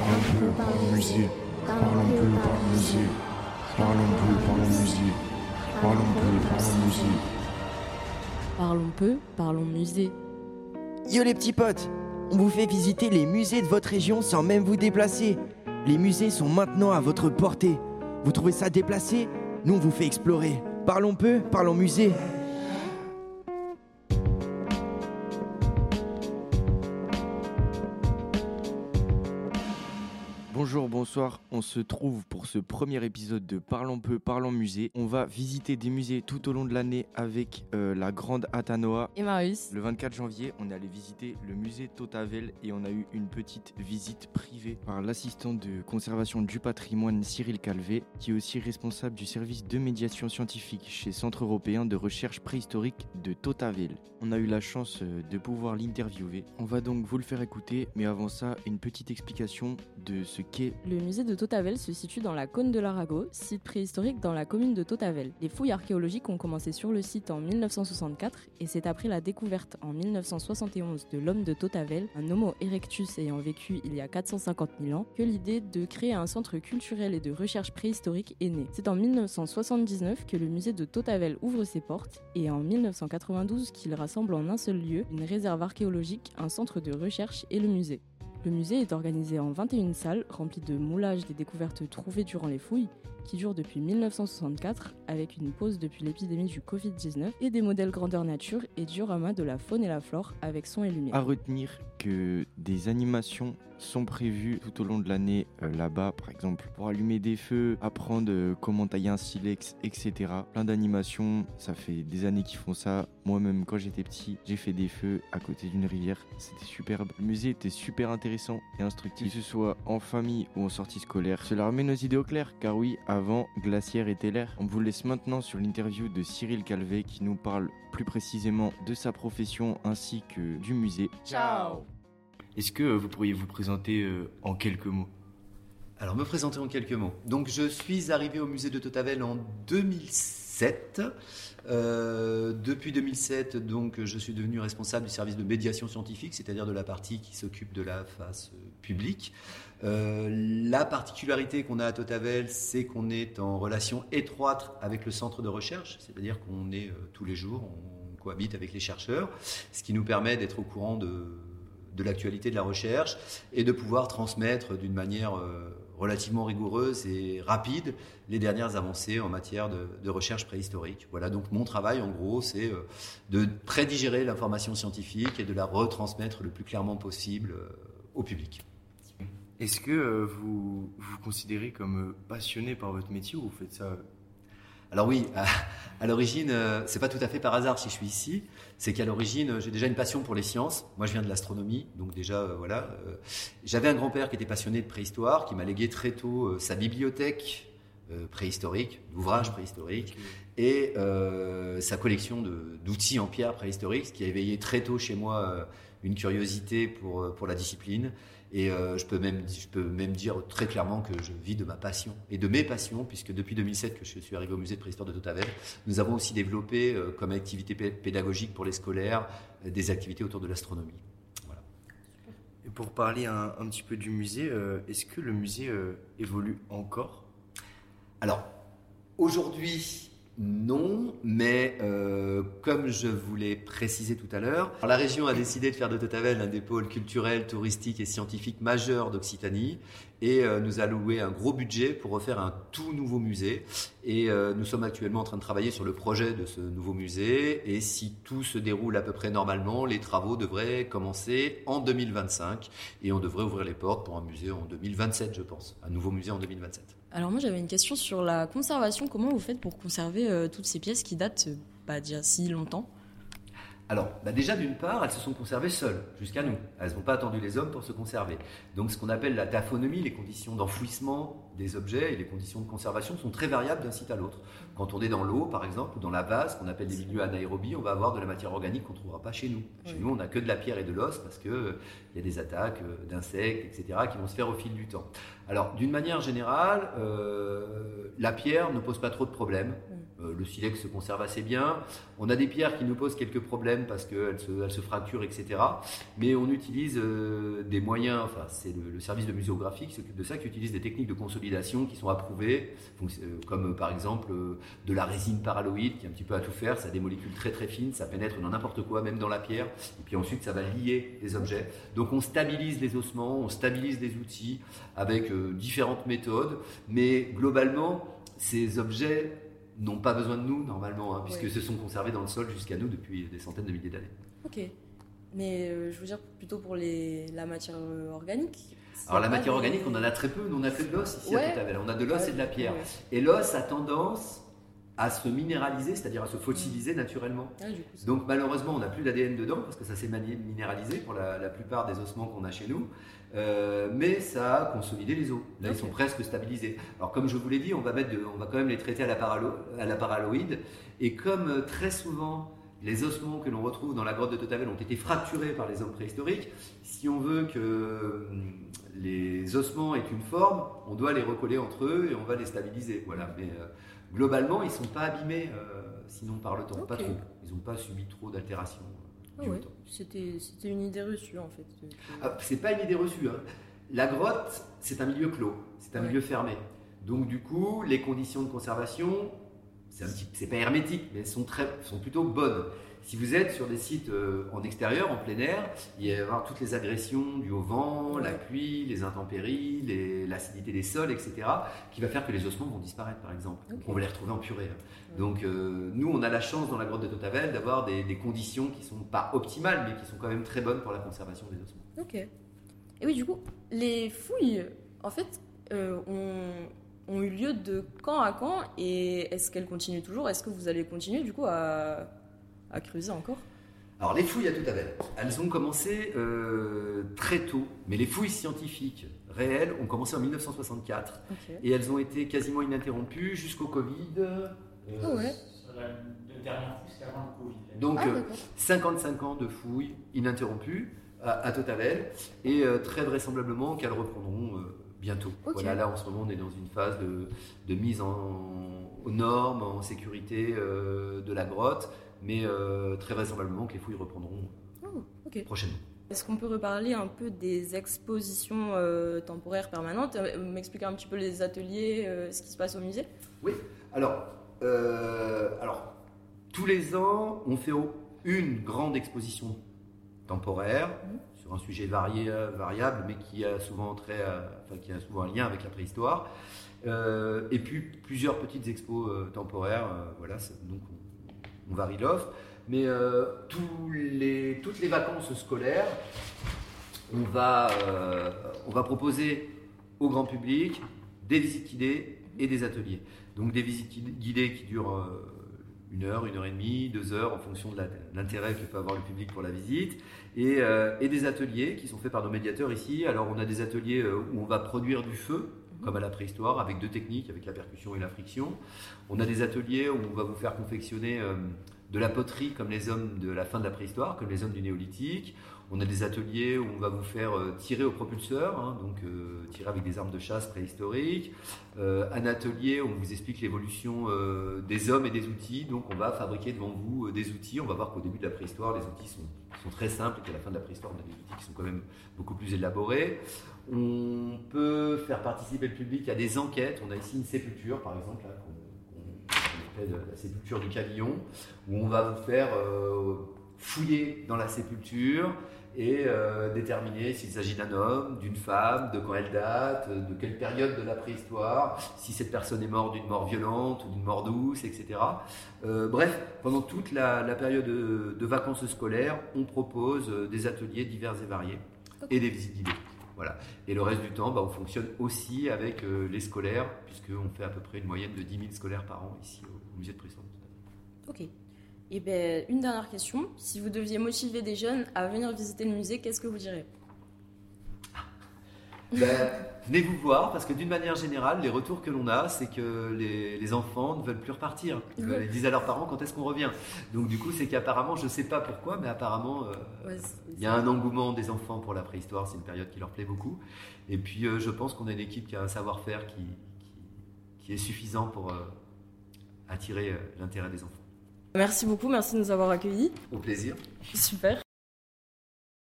parlons musée. Parlons musée. Parlons musée. Parlons musée. Parlons peu, parlons musée. Yo les petits potes, on vous fait visiter les musées de votre région sans même vous déplacer. Les musées sont maintenant à votre portée. Vous trouvez ça déplacé? Nous on vous fait explorer. Parlons peu, parlons musée. Bonjour, bonsoir, on se trouve pour ce premier épisode de Parlons peu, parlons musée. On va visiter des musées tout au long de l'année avec la grande Atanoa. Et Marius. Le 24 janvier, on est allé visiter le musée Totavel et on a eu une petite visite privée par l'assistant de conservation du patrimoine Cyril Calvé, qui est aussi responsable du service de médiation scientifique chez Centre européen de recherche préhistorique de Totavel. On a eu la chance de pouvoir l'interviewer. On va donc vous le faire écouter, mais avant ça, une petite explication de ce qu'est. Le musée de Totavel se situe dans la Cône de l'Arago, site préhistorique dans la commune de Totavel. Les fouilles archéologiques ont commencé sur le site en 1964 et c'est après la découverte en 1971 de l'homme de Totavel, un Homo erectus ayant vécu il y a 450 000 ans, que l'idée de créer un centre culturel et de recherche préhistorique est née. C'est en 1979 que le musée de Totavel ouvre ses portes et en 1992 qu'il rassemble en un seul lieu une réserve archéologique, un centre de recherche et le musée. Le musée est organisé en 21 salles remplies de moulages des découvertes trouvées durant les fouilles, qui durent depuis 1964, avec une pause depuis l'épidémie du Covid-19, et des modèles grandeur nature et dioramas de la faune et la flore avec son et lumière. À retenir que des animations sont prévues tout au long de l'année là-bas, par exemple pour allumer des feux, apprendre comment tailler un silex, etc. Plein d'animations, ça fait des années qu'ils font ça. Moi-même, quand j'étais petit, j'ai fait des feux à côté d'une rivière, c'était superbe. Le musée était super intéressant et instructif, que ce soit en famille ou en sortie scolaire. Cela remet nos idées au clair, car oui, avant, glaciaire était l'air. On vous laisse maintenant sur l'interview de Cyril Calvé qui nous parle plus précisément de sa profession ainsi que du musée. Ciao! Est-ce que vous pourriez vous présenter en quelques mots? Alors, me présenter en quelques mots. Donc, je suis arrivé au musée de Totavel en 2007. Depuis 2007, donc, je suis devenu responsable du service de médiation scientifique, c'est-à-dire de la partie qui s'occupe de la face publique. La particularité qu'on a à Totavel, c'est qu'on est en relation étroite avec le centre de recherche, c'est-à-dire qu'on est tous les jours, on cohabite avec les chercheurs, ce qui nous permet d'être au courant de l'actualité de la recherche et de pouvoir transmettre d'une manière relativement rigoureuse et rapide les dernières avancées en matière de recherche préhistorique. Voilà, donc mon travail en gros c'est de prédigérer l'information scientifique et de la retransmettre le plus clairement possible au public. Est-ce que vous vous considérez comme passionné par votre métier ou vous faites ça? Alors oui, à l'origine, c'est pas tout à fait par hasard si je suis ici. C'est qu'à l'origine, j'ai déjà une passion pour les sciences. Moi, je viens de l'astronomie, donc déjà, voilà. J'avais un grand-père qui était passionné de préhistoire, qui m'a légué très tôt sa bibliothèque préhistorique, d'ouvrages préhistoriques, et sa collection d'outils en pierre préhistorique, ce qui a éveillé très tôt chez moi une curiosité pour la discipline. Et je peux même dire très clairement que je vis de ma passion et de mes passions, puisque depuis 2007 que je suis arrivé au musée de préhistoire de Totavel, nous avons aussi développé comme activité pédagogique pour les scolaires des activités autour de l'astronomie. Voilà. Et pour parler un petit peu du musée, est-ce que le musée évolue encore? Alors, aujourd'hui, non, mais comme je vous l'ai précisé tout à l'heure, la région a décidé de faire de Totavel un des pôles culturels, touristiques et scientifiques majeurs d'Occitanie et nous a alloué un gros budget pour refaire un tout nouveau musée. Et nous sommes actuellement en train de travailler sur le projet de ce nouveau musée et si tout se déroule à peu près normalement, les travaux devraient commencer en 2025 et on devrait ouvrir les portes pour un musée en 2027, je pense, un nouveau musée en 2027. Alors moi j'avais une question sur la conservation. Comment vous faites pour conserver toutes ces pièces qui datent d'il y a si longtemps? Alors, déjà d'une part, elles se sont conservées seules jusqu'à nous. Elles n'ont pas attendu les hommes pour se conserver. Donc ce qu'on appelle la taphonomie, les conditions d'enfouissement des objets et les conditions de conservation sont très variables d'un site à l'autre. Quand on est dans l'eau, par exemple, ou dans la vase, qu'on appelle des milieux anaérobies, on va avoir de la matière organique qu'on ne trouvera pas chez nous. Chez nous, on n'a que de la pierre et de l'os parce qu'il y a des attaques d'insectes, etc., qui vont se faire au fil du temps. Alors, d'une manière générale, la pierre ne pose pas trop de problèmes. Le silex se conserve assez bien. On a des pierres qui nous posent quelques problèmes problème parce qu'elle se fracture, etc. Mais on utilise des moyens, enfin c'est le service de muséographie qui s'occupe de ça, qui utilise des techniques de consolidation qui sont approuvées, comme par exemple de la résine paralloïde qui est un petit peu à tout faire, ça a des molécules très très fines, ça pénètre dans n'importe quoi, même dans la pierre, et puis ensuite ça va lier les objets. Donc on stabilise les ossements, on stabilise les outils avec différentes méthodes, mais globalement ces objets n'ont pas besoin de nous normalement, puisque se sont conservés dans le sol jusqu'à nous depuis des centaines de milliers d'années. Ok. Mais je veux dire plutôt pour la matière organique. Alors la matière organique, on en a très peu, nous on a que de l'os ici à Totavel. On a de l'os et de la pierre. Ouais. Et l'os a tendance à se minéraliser, c'est-à-dire à se fossiliser naturellement. Ah, donc malheureusement, on n'a plus d'ADN dedans parce que ça s'est minéralisé pour la plupart des ossements qu'on a chez nous. Mais ça a consolidé les os. Là, ils sont presque stabilisés. Alors comme je vous l'ai dit, on va quand même les traiter à la paralloïde. Et comme très souvent, les ossements que l'on retrouve dans la grotte de Totavel ont été fracturés par les hommes préhistoriques, si on veut que les ossements aient une forme, on doit les recoller entre eux et on va les stabiliser. Voilà. Mais globalement, ils ne sont pas abîmés sinon par le temps, pas trop. Ils n'ont pas subi trop d'altérations du temps. C'était une idée reçue en fait. C'est pas une idée reçue. La grotte, c'est un milieu clos, c'est un milieu fermé. Donc du coup, les conditions de conservation, c'est pas hermétique, mais elles sont plutôt bonnes. Si vous êtes sur des sites en extérieur, en plein air, il va y avoir toutes les agressions dues au vent, la pluie, les intempéries, l'acidité des sols, etc., qui va faire que les ossements vont disparaître, par exemple. On va les retrouver en purée. Donc, nous, on a la chance dans la grotte de Totavel d'avoir des conditions qui ne sont pas optimales, mais qui sont quand même très bonnes pour la conservation des ossements. Ok. Et oui, du coup, les fouilles, en fait, ont eu lieu de quand à quand, et est-ce qu'elles continuent toujours ? Est-ce que vous allez continuer, du coup, à creuser encore ? Alors les fouilles à Totavel, elles ont commencé très tôt, mais les fouilles scientifiques réelles ont commencé en 1964 et elles ont été quasiment ininterrompues jusqu'au Covid. La dernière fouille, c'était avant le Covid. Donc 55 ans de fouilles ininterrompues à Totavel et très vraisemblablement qu'elles reprendront bientôt. Voilà, là en ce moment on est dans une phase de mise aux normes, en sécurité de la grotte. Mais très vraisemblablement que les fouilles reprendront prochainement. Est-ce qu'on peut reparler un peu des expositions temporaires permanentes, m'expliquer un petit peu les ateliers, ce qui se passe au musée ? Oui, alors tous les ans, on fait une grande exposition temporaire sur un sujet variable, mais qui a souvent un lien avec la préhistoire. Et puis plusieurs petites expos temporaires, donc on varie l'offre, mais toutes les vacances scolaires, on va proposer au grand public des visites guidées et des ateliers. Donc des visites guidées qui durent 1 heure, 1 heure et demie, 2 heures en fonction de l'intérêt que peut avoir le public pour la visite, et des ateliers qui sont faits par nos médiateurs ici. Alors on a des ateliers où on va produire du feu, comme à la préhistoire, avec 2 techniques, avec la percussion et la friction. On a des ateliers où on va vous faire confectionner de la poterie comme les hommes de la fin de la préhistoire, comme les hommes du néolithique. On a des ateliers où on va vous faire tirer au propulseur, donc tirer avec des armes de chasse préhistoriques. Un atelier où on vous explique l'évolution des hommes et des outils. Donc on va fabriquer devant vous des outils. On va voir qu'au début de la préhistoire, les outils sont très simples, et qu'à la fin de la préhistoire, on a des outils qui sont quand même beaucoup plus élaborés. On peut faire participer le public à des enquêtes. On a ici une sépulture, par exemple, là, qu'on appelle la sépulture du Cavillon, où on va vous faire fouiller dans la sépulture et déterminer s'il s'agit d'un homme, d'une femme, de quand elle date, de quelle période de la préhistoire, si cette personne est morte d'une mort violente ou d'une mort douce, etc. Bref, pendant toute la période de vacances scolaires, on propose des ateliers divers et variés et des visites guidées. Voilà. Et le reste du temps, on fonctionne aussi avec les scolaires, puisqu'on fait à peu près une moyenne de 10 000 scolaires par an ici au musée de préhistoire. Ok. Et bien, une dernière question. Si vous deviez motiver des jeunes à venir visiter le musée, qu'est-ce que vous direz ? Venez vous voir, parce que d'une manière générale, les retours que l'on a, c'est que les enfants ne veulent plus repartir. Ils disent à leurs parents quand est-ce qu'on revient. Donc du coup, c'est qu'apparemment, je ne sais pas pourquoi, mais apparemment, il y a un engouement des enfants pour la préhistoire. C'est une période qui leur plaît beaucoup. Et puis, je pense qu'on a une équipe qui a un savoir-faire qui est suffisant pour attirer l'intérêt des enfants. Merci beaucoup, merci de nous avoir accueillis. Au plaisir. Super.